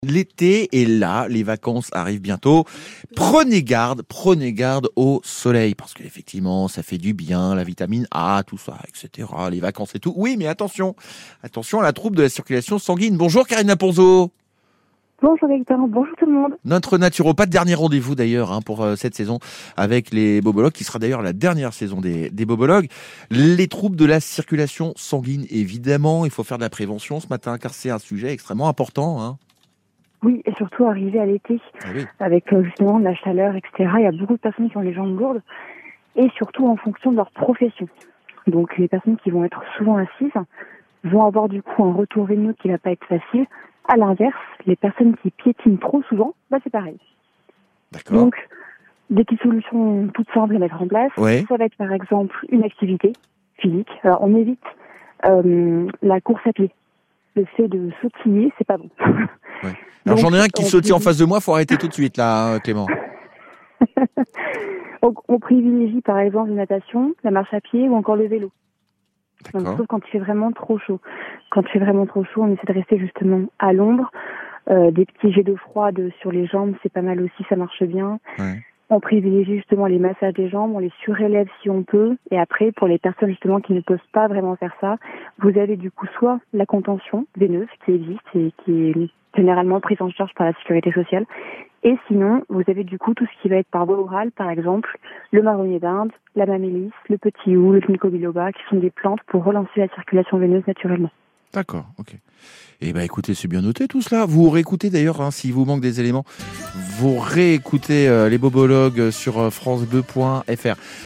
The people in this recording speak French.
L'été est là, les vacances arrivent bientôt. Prenez garde au soleil, parce qu'effectivement, ça fait du bien, la vitamine A, tout ça, etc. Les vacances et tout. Oui, mais attention à la trouble de la circulation sanguine. Bonjour Karina Ponzo. Bonjour Victor, bonjour tout le monde. Notre naturopathe, dernier rendez-vous d'ailleurs pour cette saison avec les bobologues, qui sera d'ailleurs la dernière saison des bobologues. Les troubles de la circulation sanguine, évidemment, il faut faire de la prévention ce matin, car c'est un sujet extrêmement important, hein. Oui, et surtout arrivé à l'été, avec justement de la chaleur, etc. Il y a beaucoup de personnes qui ont les jambes lourdes, et surtout en fonction de leur profession. Donc les personnes qui vont être souvent assises vont avoir du coup un retour veineux qui va pas être facile. À l'inverse, les personnes qui piétinent trop souvent, c'est pareil. D'accord. Donc, des petites solutions toutes simples à mettre en place. Ouais. Ça va être par exemple une activité physique. Alors on évite la course à pied. Le fait de sautiller, c'est pas bon. Ouais. Alors Donc, j'en ai un qui sautille en face de moi, faut arrêter tout de suite là, Clément. Donc, on privilégie par exemple la natation, la marche à pied ou encore le vélo. Donc, D'accord. sauf quand il fait vraiment trop chaud. Quand il fait vraiment trop chaud, on essaie de rester justement à l'ombre. Des petits jets d'eau froide sur les jambes, c'est pas mal aussi, ça marche bien. Ouais. On privilégie justement les massages des jambes, on les surélève si on peut. Et après, pour les personnes justement qui ne peuvent pas vraiment faire ça, vous avez du coup soit la contention veineuse qui existe et qui est généralement prise en charge par la sécurité sociale. Et sinon, vous avez du coup tout ce qui va être par voie orale, par exemple, le marronnier d'Inde, la mamélis, le petit hou, le ginkgo biloba, qui sont des plantes pour relancer la circulation veineuse naturellement. D'accord, ok. Eh ben écoutez, c'est bien noté tout cela. Vous réécoutez d'ailleurs, s'il vous manque des éléments, vous réécoutez les bobologues sur francebleu.fr.